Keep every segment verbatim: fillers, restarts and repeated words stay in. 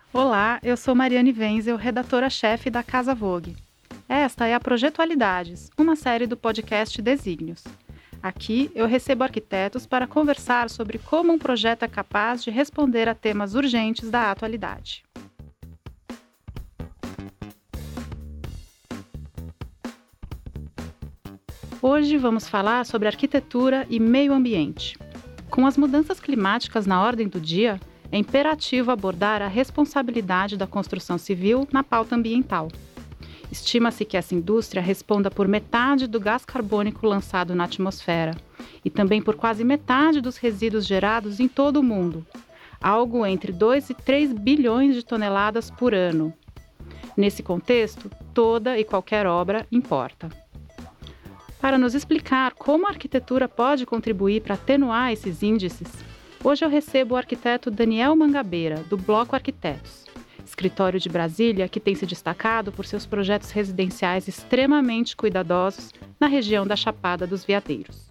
Olá, eu sou Mariane Wenzel, redatora-chefe da Casa Vogue. Esta é a Projetualidades, uma série do podcast Desígnios. Aqui eu recebo arquitetos para conversar sobre como um projeto é capaz de responder a temas urgentes da atualidade. Hoje vamos falar sobre arquitetura e meio ambiente. Com as mudanças climáticas na ordem do dia, é imperativo abordar a responsabilidade da construção civil na pauta ambiental. Estima-se que essa indústria responda por metade do gás carbônico lançado na atmosfera e também por quase metade dos resíduos gerados em todo o mundo, algo entre dois e três bilhões de toneladas por ano. Nesse contexto, toda e qualquer obra importa. Para nos explicar como a arquitetura pode contribuir para atenuar esses índices, hoje eu recebo o arquiteto Daniel Mangabeira, do Bloco Arquitetos, escritório de Brasília que tem se destacado por seus projetos residenciais extremamente cuidadosos na região da Chapada dos Veadeiros.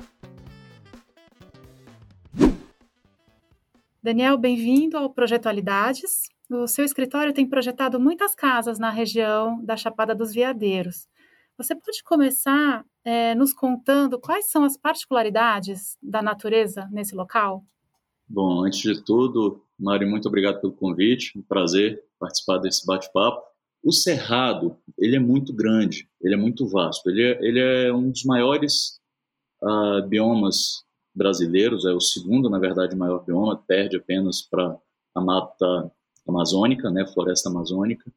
Daniel, bem-vindo ao Projetualidades. O seu escritório tem projetado muitas casas na região da Chapada dos Veadeiros. Você pode começar é, nos contando quais são as particularidades da natureza nesse local? Bom, antes de tudo, Mari, muito obrigado pelo convite, um prazer participar desse bate-papo. O Cerrado, ele é muito grande, ele é muito vasto, ele é, ele é um dos maiores uh, biomas brasileiros, é o segundo, na verdade, maior bioma, perde apenas para a mata amazônica, né, floresta amazônica.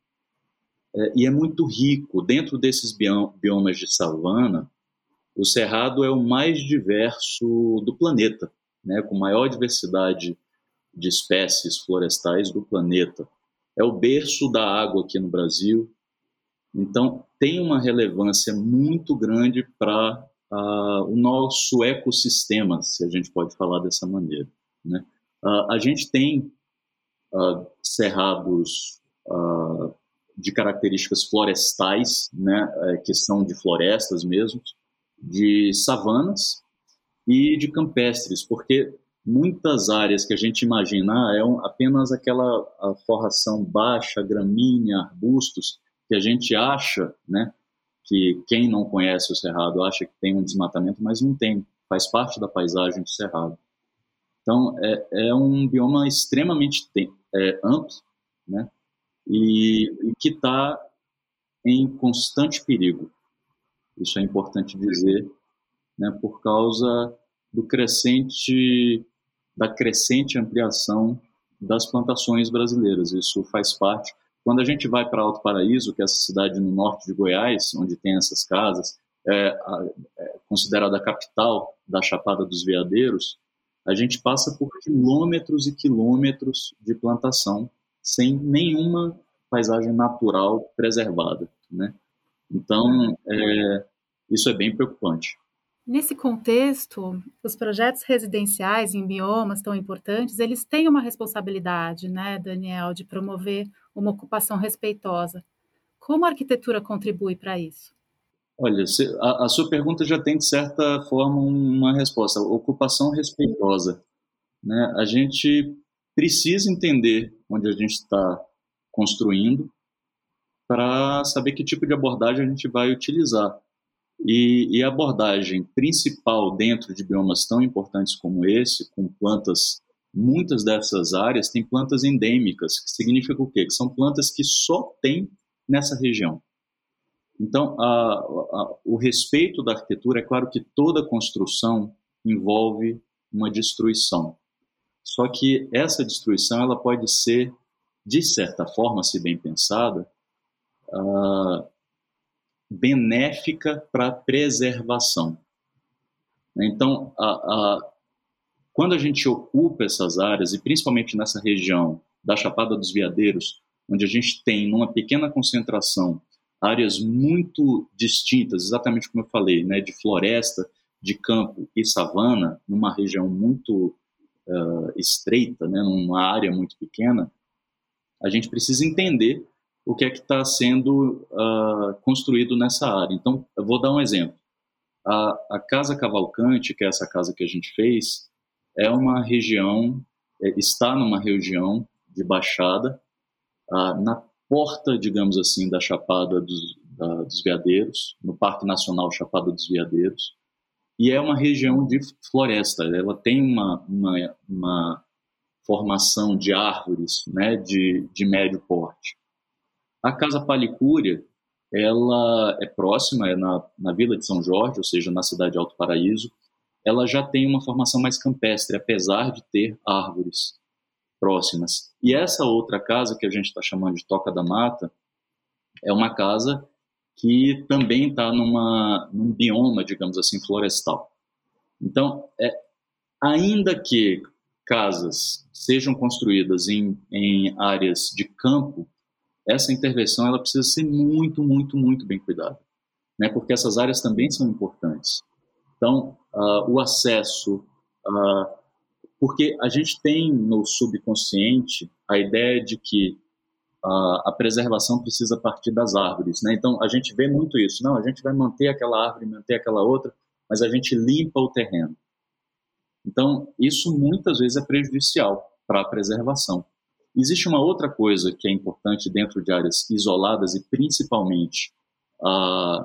É, e é muito rico. Dentro desses biomas de savana, o Cerrado é o mais diverso do planeta, né, com maior diversidade de espécies florestais do planeta. É o berço da água aqui no Brasil. Então, tem uma relevância muito grande para uh, o nosso ecossistema, se a gente pode falar dessa maneira, né? Uh, a gente tem uh, cerrados uh, de características florestais, né, que são de florestas mesmo, de savanas e de campestres, porque muitas áreas que a gente imagina ah, é um, apenas aquela a forração baixa, gramínea, arbustos, que a gente acha, né, que quem não conhece o Cerrado acha que tem um desmatamento, mas não tem, faz parte da paisagem do Cerrado. Então, é, é um bioma extremamente tem, é, amplo, né, e, e que está em constante perigo. Isso é importante dizer, né, por causa do crescente, da crescente ampliação das plantações brasileiras. Isso faz parte. Quando a gente vai para Alto Paraíso, que é essa cidade no norte de Goiás, onde tem essas casas, é, é considerada a capital da Chapada dos Veadeiros, a gente passa por quilômetros e quilômetros de plantação sem nenhuma paisagem natural preservada, né? Então, é, isso é bem preocupante. Nesse contexto, os projetos residenciais em biomas tão importantes, eles têm uma responsabilidade, né, Daniel, de promover uma ocupação respeitosa. Como a arquitetura contribui para isso? Olha, a, a sua pergunta já tem, de certa forma, uma resposta. Ocupação respeitosa, né? A gente precisa entender onde a gente está construindo para saber que tipo de abordagem a gente vai utilizar. E, e a abordagem principal dentro de biomas tão importantes como esse, com plantas, muitas dessas áreas têm plantas endêmicas, que significa o quê? Que são plantas que só tem nessa região. Então, a, a, o respeito da arquitetura, é claro que toda construção envolve uma destruição. Só que essa destruição ela pode ser, de certa forma, se bem pensada, uh, benéfica para a preservação. Então, a, a, quando a gente ocupa essas áreas, e principalmente nessa região da Chapada dos Veadeiros, onde a gente tem, numa pequena concentração, áreas muito distintas, exatamente como eu falei, né, de floresta, de campo e savana, numa região muito uh, estreita, né, numa área muito pequena, a gente precisa entender o que é que está sendo uh, construído nessa área. Então, eu vou dar um exemplo. A, a Casa Cavalcante, que é essa casa que a gente fez, é uma região, é, está numa região de baixada, ah, na porta, digamos assim, da Chapada dos, da, dos Veadeiros, no Parque Nacional Chapada dos Veadeiros, e é uma região de floresta, ela tem uma, uma, uma formação de árvores, né, de, de médio porte. A Casa Palicúria, ela é próxima, é na, na Vila de São Jorge, ou seja, na cidade de Alto Paraíso. Ela já tem uma formação mais campestre, apesar de ter árvores próximas. E essa outra casa, que a gente está chamando de Toca da Mata, é uma casa que também está num bioma, digamos assim, florestal. Então, é, ainda que casas sejam construídas em, em áreas de campo, essa intervenção ela precisa ser muito, muito, muito bem cuidada, né? Porque essas áreas também são importantes. Então, uh, o acesso, uh, porque a gente tem no subconsciente a ideia de que uh, a preservação precisa partir das árvores, né? Então, a gente vê muito isso. Não, a gente vai manter aquela árvore, manter aquela outra, mas a gente limpa o terreno. Então, isso muitas vezes é prejudicial para a preservação. Existe uma outra coisa que é importante dentro de áreas isoladas e principalmente uh,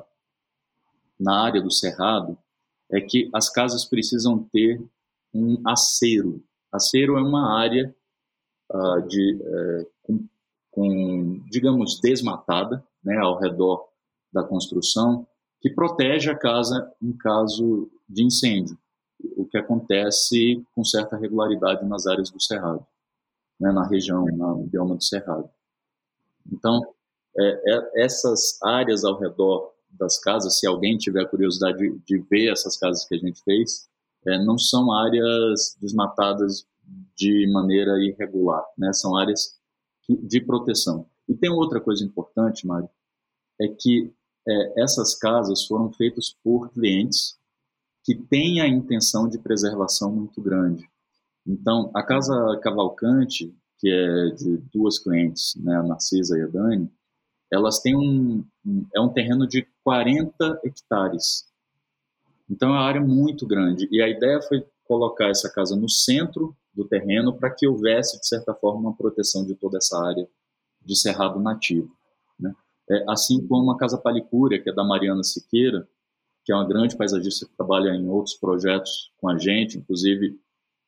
na área do cerrado, é que as casas precisam ter um acero. Acero é uma área uh, de, uh, com, com, digamos, desmatada, né, ao redor da construção, que protege a casa em caso de incêndio, o que acontece com certa regularidade nas áreas do cerrado, né, na região, no bioma do cerrado. Então, é, é, essas áreas ao redor das casas, se alguém tiver curiosidade de, de ver essas casas que a gente fez, é, não são áreas desmatadas de maneira irregular, né? São áreas que, de proteção. E tem outra coisa importante, Mário, é que é, essas casas foram feitas por clientes que têm a intenção de preservação muito grande. Então, a Casa Cavalcante, que é de duas clientes, né, a Narcisa e a Dani, elas têm um, um, é um terreno de quarenta hectares. Então, é uma área muito grande. E a ideia foi colocar essa casa no centro do terreno para que houvesse, de certa forma, uma proteção de toda essa área de cerrado nativo, né? É, assim como a Casa Palicúria, que é da Mariana Siqueira, que é uma grande paisagista que trabalha em outros projetos com a gente, inclusive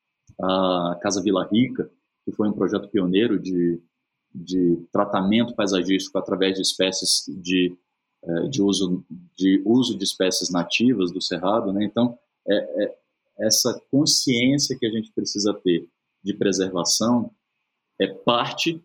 a Casa Vila Rica, que foi um projeto pioneiro de, de tratamento paisagístico através de espécies de, de, uso, de uso de espécies nativas do cerrado, né? Então, é, é, essa consciência que a gente precisa ter de preservação é parte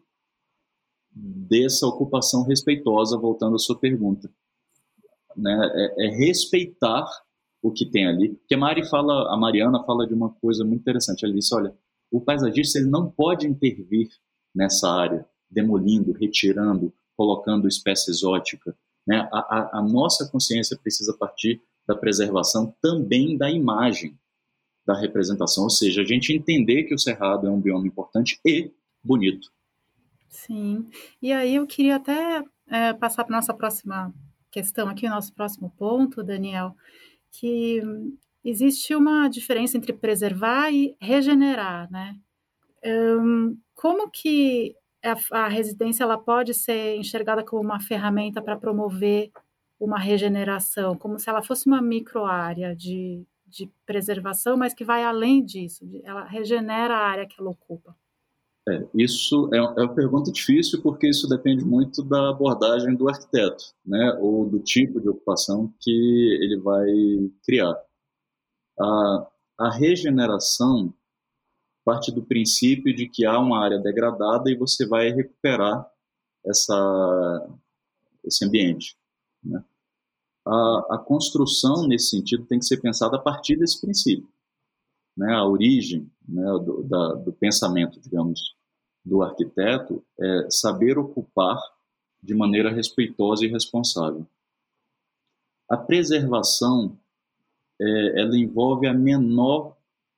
dessa ocupação respeitosa, voltando à sua pergunta, né? É, é respeitar o que tem ali, porque a Mari fala, a Mariana fala de uma coisa muito interessante. Ela disse, olha, o paisagista ele não pode intervir nessa área, demolindo, retirando, colocando espécie exótica, né? A, a, a nossa consciência precisa partir da preservação também da imagem da representação, ou seja, a gente entender que o cerrado é um bioma importante e bonito. Sim, e aí eu queria até é, passar para a nossa próxima questão aqui, o nosso próximo ponto, Daniel, que existe uma diferença entre preservar e regenerar, né? Um, como que a, a residência ela pode ser enxergada como uma ferramenta para promover uma regeneração, como se ela fosse uma microárea de, de preservação, mas que vai além disso, ela regenera a área que ela ocupa? É, isso é, é uma pergunta difícil porque isso depende muito da abordagem do arquiteto, né, ou do tipo de ocupação que ele vai criar. A, a regeneração parte do princípio de que há uma área degradada e você vai recuperar essa, esse ambiente, né? A, a construção, nesse sentido, tem que ser pensada a partir desse princípio, né? A origem, né, do, da, do pensamento, digamos, do arquiteto é saber ocupar de maneira respeitosa e responsável. A preservação, é, ela envolve a menor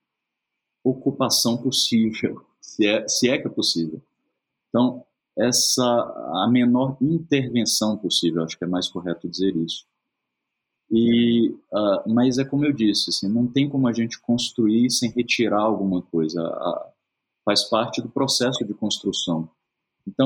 ocupação possível, se é, se é que é possível. Então, essa, a menor intervenção possível, acho que é mais correto dizer isso. E, uh, mas é como eu disse, assim, não tem como a gente construir sem retirar alguma coisa. A, faz parte do processo de construção. Então,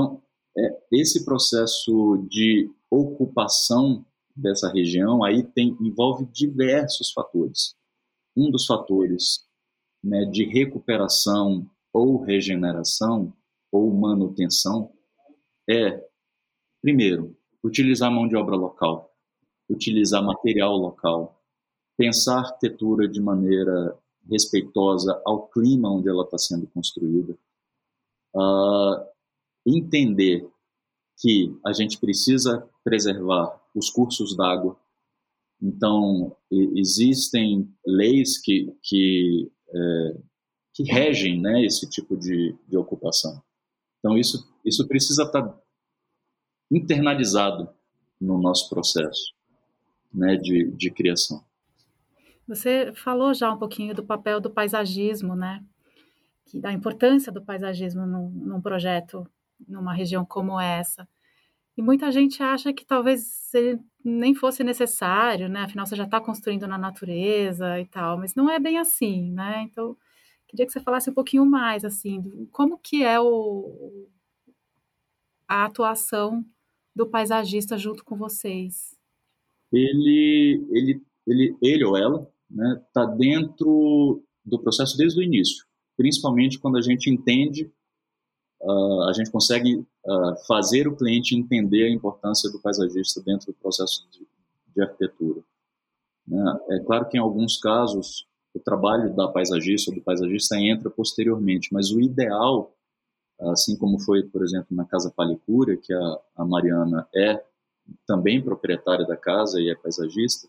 É, esse processo de ocupação dessa região aí tem, envolve diversos fatores. Um dos fatores, né, de recuperação ou regeneração ou manutenção é, primeiro, utilizar mão de obra local, utilizar material local, pensar a arquitetura de maneira respeitosa ao clima onde ela está sendo construída, uh, entender que a gente precisa preservar os cursos d'água. Então, existem leis que, que, é, que regem, né, esse tipo de, de ocupação. Então, isso, isso precisa estar internalizado no nosso processo, né, de, de criação. Você falou já um pouquinho do papel do paisagismo, né? Que, da importância do paisagismo num, num projeto, numa região como essa. E muita gente acha que talvez ele nem fosse necessário, né? Afinal, você já está construindo na natureza e tal, mas não é bem assim, né? Então, queria que você falasse um pouquinho mais, assim, do, como que é o, a atuação do paisagista junto com vocês. Ele, ele, ele, ele ou ela, né, está dentro do processo desde o início, principalmente quando a gente entende, uh, a gente consegue uh, fazer o cliente entender a importância do paisagista dentro do processo de, de arquitetura. Né? É claro que em alguns casos o trabalho da paisagista ou do paisagista entra posteriormente, mas o ideal, assim como foi, por exemplo, na Casa Palicúria, que a, a Mariana é também proprietária da casa e é paisagista,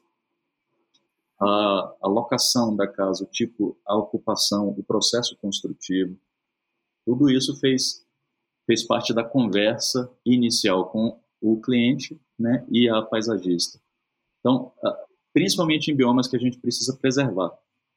a, a locação da casa, o tipo, a ocupação, o processo construtivo, tudo isso fez, fez parte da conversa inicial com o cliente, né, e a paisagista. Então, principalmente em biomas que a gente precisa preservar,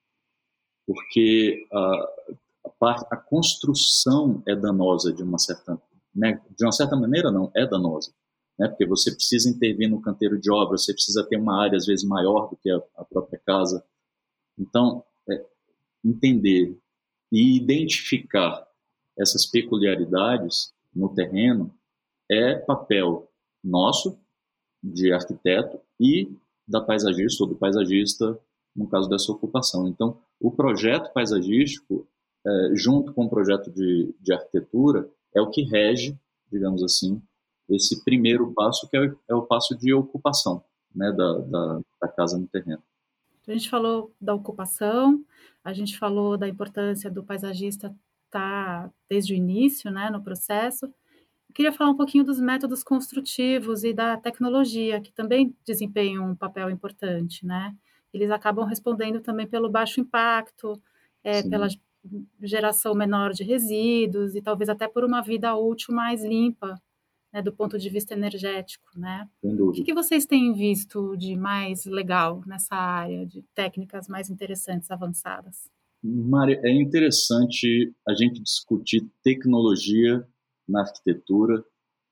porque a, a, parte, a construção é danosa de uma certa, né, de uma certa maneira não, é danosa. Né, porque você precisa intervir no canteiro de obra, você precisa ter uma área, às vezes, maior do que a, a própria casa. Então, é, entender e identificar essas peculiaridades no terreno é papel nosso, de arquiteto, e da paisagista ou do paisagista, no caso dessa ocupação. Então, o projeto paisagístico, é, junto com o projeto de, de arquitetura, é o que rege, digamos assim, esse primeiro passo, que é o, é o passo de ocupação, né, da, da, da casa no terreno. A gente falou da ocupação, a gente falou da importância do paisagista estar desde o início, né, no processo. Eu queria falar um pouquinho dos métodos construtivos e da tecnologia, que também desempenham um papel importante, né? Eles acabam respondendo também pelo baixo impacto, é, pela geração menor de resíduos e talvez até por uma vida útil mais limpa, né, do ponto de vista energético, né? O que, que vocês têm visto de mais legal nessa área, de técnicas mais interessantes, avançadas? Mari, é interessante a gente discutir tecnologia na arquitetura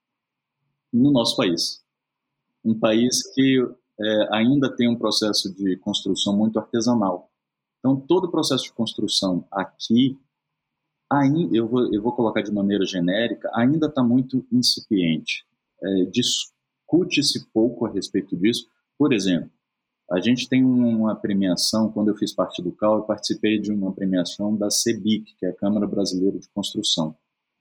no nosso país. Um país que é, ainda tem um processo de construção muito artesanal. Então, todo o processo de construção aqui, ainda, eu, vou, eu vou colocar de maneira genérica, ainda está muito incipiente. É, discute-se pouco a respeito disso. Por exemplo, a gente tem uma premiação, quando eu fiz parte do C A U, eu participei de uma premiação da CEBIC, que é a Câmara Brasileira de Construção.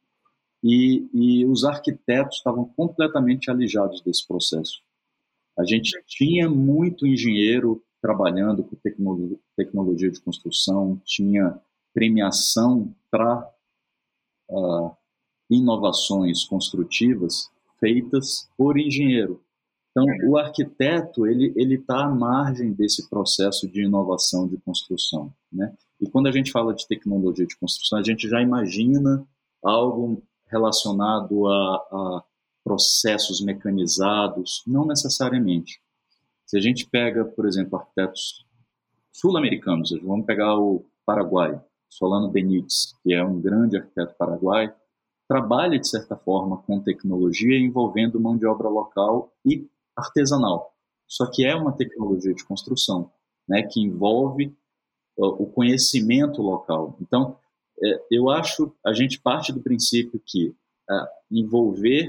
E, e os arquitetos estavam completamente alijados desse processo. A gente tinha muito engenheiro trabalhando com tecnologia, tecnologia de construção, tinha premiação para uh, inovações construtivas feitas por engenheiro. Então, o arquiteto ele ele está à margem desse processo de inovação de construção, né? E quando a gente fala de tecnologia de construção, a gente já imagina algo relacionado a, a processos mecanizados, não necessariamente. Se a gente pega, por exemplo, arquitetos sul-americanos, vamos pegar o Paraguai, Solano Benítez, que é um grande arquiteto paraguaio, trabalha, de certa forma, com tecnologia envolvendo mão de obra local e artesanal. Só que é uma tecnologia de construção, né, que envolve o conhecimento local. Então, é, eu acho, a gente parte do princípio que a envolver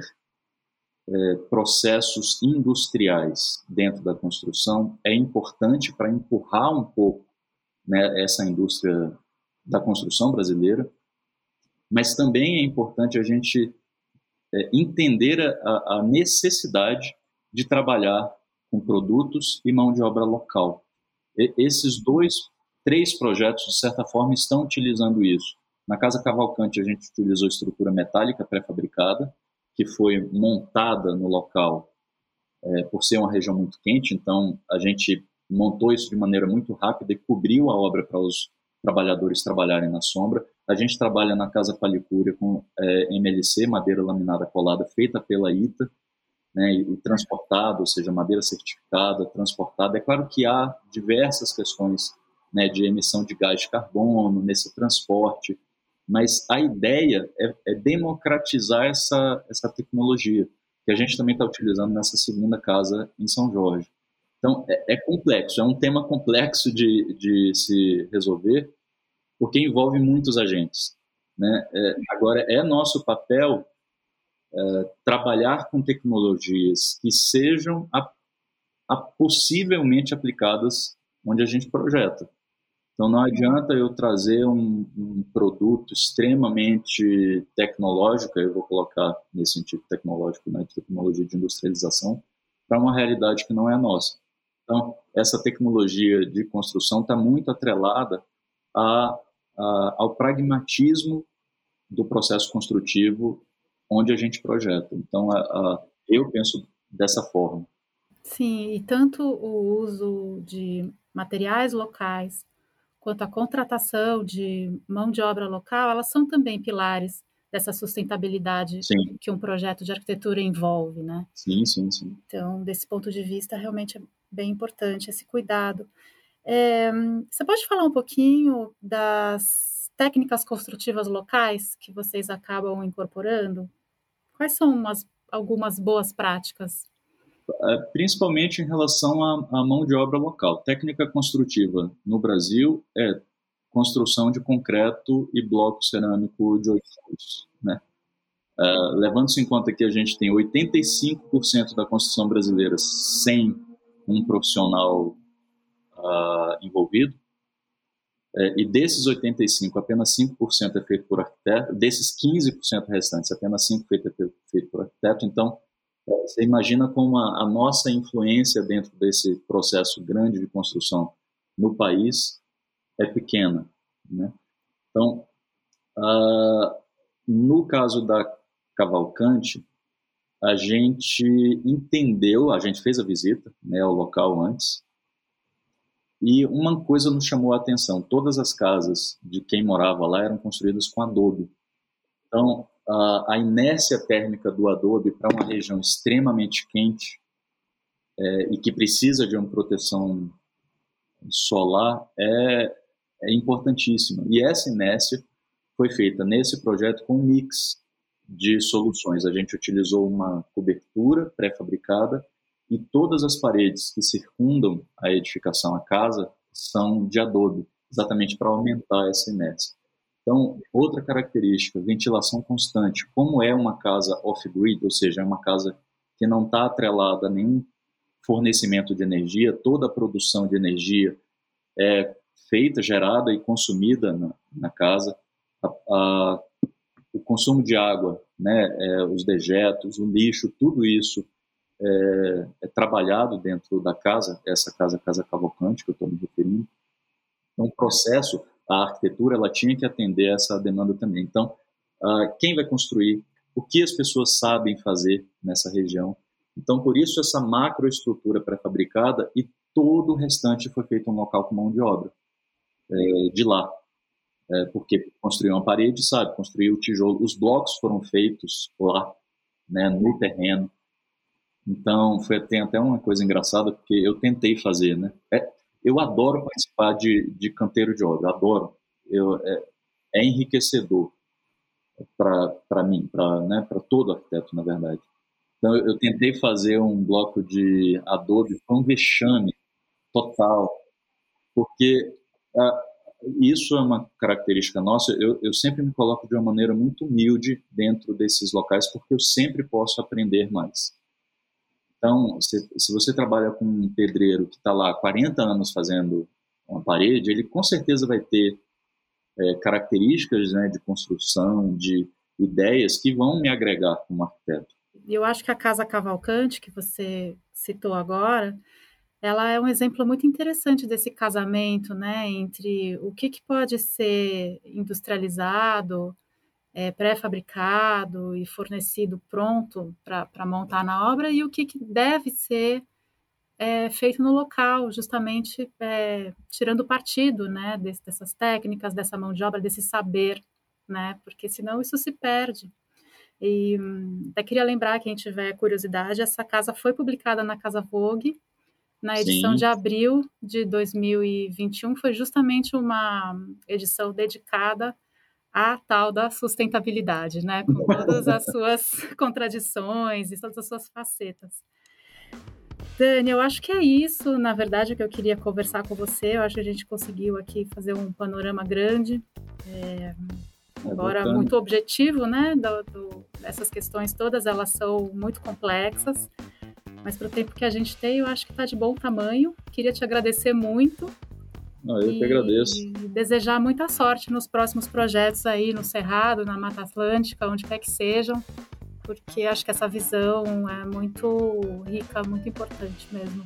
é, processos industriais dentro da construção é importante para empurrar um pouco, né, essa indústria da construção brasileira, mas também é importante a gente é, entender a, a necessidade de trabalhar com produtos e mão de obra local. E, esses dois, três projetos, de certa forma, estão utilizando isso. Na Casa Cavalcante, a gente utilizou estrutura metálica pré-fabricada, que foi montada no local é, por ser uma região muito quente, então a gente montou isso de maneira muito rápida e cobriu a obra para os trabalhadores trabalharem na sombra. A gente trabalha na Casa Palicúria com é, M L C, madeira laminada colada, feita pela I T A, né, e, e transportada, ou seja, madeira certificada, transportada. É claro que há diversas questões, né, de emissão de gás de carbono nesse transporte, mas a ideia é, é democratizar essa, essa tecnologia, que a gente também está utilizando nessa segunda casa em São Jorge. Então, é, é complexo, é um tema complexo de, de se resolver, porque envolve muitos agentes, né? É, agora, é nosso papel é, trabalhar com tecnologias que sejam a, a possivelmente aplicadas onde a gente projeta. Então, não adianta eu trazer um, um produto extremamente tecnológico, eu vou colocar nesse sentido tecnológico, né, de tecnologia de industrialização, para uma realidade que não é a nossa. Então, essa tecnologia de construção está muito atrelada a, a, ao pragmatismo do processo construtivo onde a gente projeta. Então, a, a, eu penso dessa forma. Sim, e tanto o uso de materiais locais quanto a contratação de mão de obra local, elas são também pilares dessa sustentabilidade Sim. que um projeto de arquitetura envolve, né? Sim, sim, sim. Então, desse ponto de vista, realmente é bem importante esse cuidado. É, você pode falar um pouquinho das técnicas construtivas locais que vocês acabam incorporando? Quais são umas, algumas boas práticas? Principalmente em relação à, à mão de obra local. Técnica construtiva no Brasil é construção de concreto e bloco cerâmico de oito furos, né? Uh, levando-se em conta que a gente tem oitenta e cinco por cento da construção brasileira sem um profissional uh, envolvido, uh, e desses oitenta e cinco por cento, apenas cinco por cento é feito por arquiteto, desses quinze por cento restantes, apenas cinco por cento é feito por arquiteto. Então, uh, você imagina como a, a nossa influência dentro desse processo grande de construção no país é pequena, né? Então, uh, no caso da Cavalcante, a gente entendeu, a gente fez a visita, né, ao local antes, e uma coisa nos chamou a atenção: todas as casas de quem morava lá eram construídas com adobe. Então, a, a inércia térmica do adobe para uma região extremamente quente é, e que precisa de uma proteção solar é, é importantíssima. E essa inércia foi feita nesse projeto com um mix de soluções. A gente utilizou uma cobertura pré-fabricada e todas as paredes que circundam a edificação, a casa, são de adobe, exatamente para aumentar essa inércia. Então, outra característica, ventilação constante. Como é uma casa off-grid, ou seja, é uma casa que não está atrelada a nenhum fornecimento de energia, toda a produção de energia é feita, gerada e consumida na, na casa. A, a, o consumo de água, né, é, os dejetos, o lixo, tudo isso é, é trabalhado dentro da casa, essa casa, Casa Cavalcante, que eu estou me referindo. Então, o processo, a arquitetura, ela tinha que atender essa demanda também. Então, uh, quem vai construir, o que as pessoas sabem fazer nessa região. Então, por isso, essa macroestrutura pré-fabricada e todo o restante foi feito em um local com mão de obra, é, de lá. É, porque construir uma parede, sabe, construir o tijolo, os blocos foram feitos lá, né, no terreno. Então, foi, tem até uma coisa engraçada, porque eu tentei fazer, né, é, eu adoro participar de, de canteiro de obra, adoro, eu, é, é enriquecedor para mim, para, né, para todo arquiteto, na verdade. Então, eu, eu tentei fazer um bloco de adobe, foi um vexame total, porque a, isso é uma característica nossa. Eu, eu sempre me coloco de uma maneira muito humilde dentro desses locais, porque eu sempre posso aprender mais. Então, se, se você trabalha com um pedreiro que está lá há quarenta anos fazendo uma parede, ele com certeza vai ter é, características, né, de construção, de ideias que vão me agregar como arquiteto. E eu acho que a Casa Cavalcante, que você citou agora, ela é um exemplo muito interessante desse casamento, né, entre o que, que pode ser industrializado, é, pré-fabricado e fornecido pronto para montar na obra, e o que, que deve ser é, feito no local, justamente é, tirando partido, né, desse, dessas técnicas, dessa mão de obra, desse saber, né, porque senão isso se perde. E hum, até queria lembrar, quem tiver curiosidade, essa casa foi publicada na Casa Vogue, na edição Sim. de abril de dois mil e vinte e um, foi justamente uma edição dedicada à tal da sustentabilidade, né? Com todas as suas contradições e todas as suas facetas. Dani, eu acho que é isso, na verdade, que eu queria conversar com você. Eu acho que a gente conseguiu aqui fazer um panorama grande, é, embora é muito objetivo, né? Do, do, essas questões todas, elas são muito complexas, mas para o tempo que a gente tem, eu acho que está de bom tamanho. Queria te agradecer muito. Ah, eu e, que agradeço. E desejar muita sorte nos próximos projetos aí no Cerrado, na Mata Atlântica, onde quer que sejam, porque acho que essa visão é muito rica, muito importante mesmo.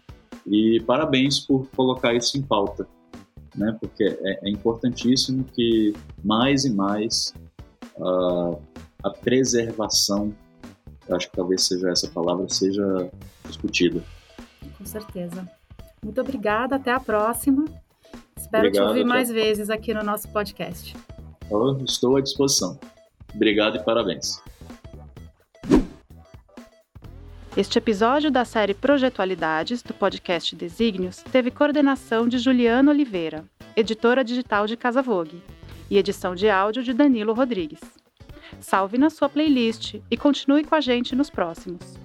E parabéns por colocar isso em pauta, né? Porque é, é importantíssimo que mais e mais uh, a preservação, eu acho que talvez seja essa palavra, seja discutida. Com certeza. Muito obrigada, até a próxima. Espero Obrigado, te ouvir tchau. mais vezes aqui no nosso podcast. Eu estou à disposição. Obrigado e parabéns. Este episódio da série Projetualidades, do podcast Desígnios, teve coordenação de Juliana Oliveira, editora digital de Casa Vogue, e edição de áudio de Danilo Rodrigues. Salve na sua playlist e continue com a gente nos próximos.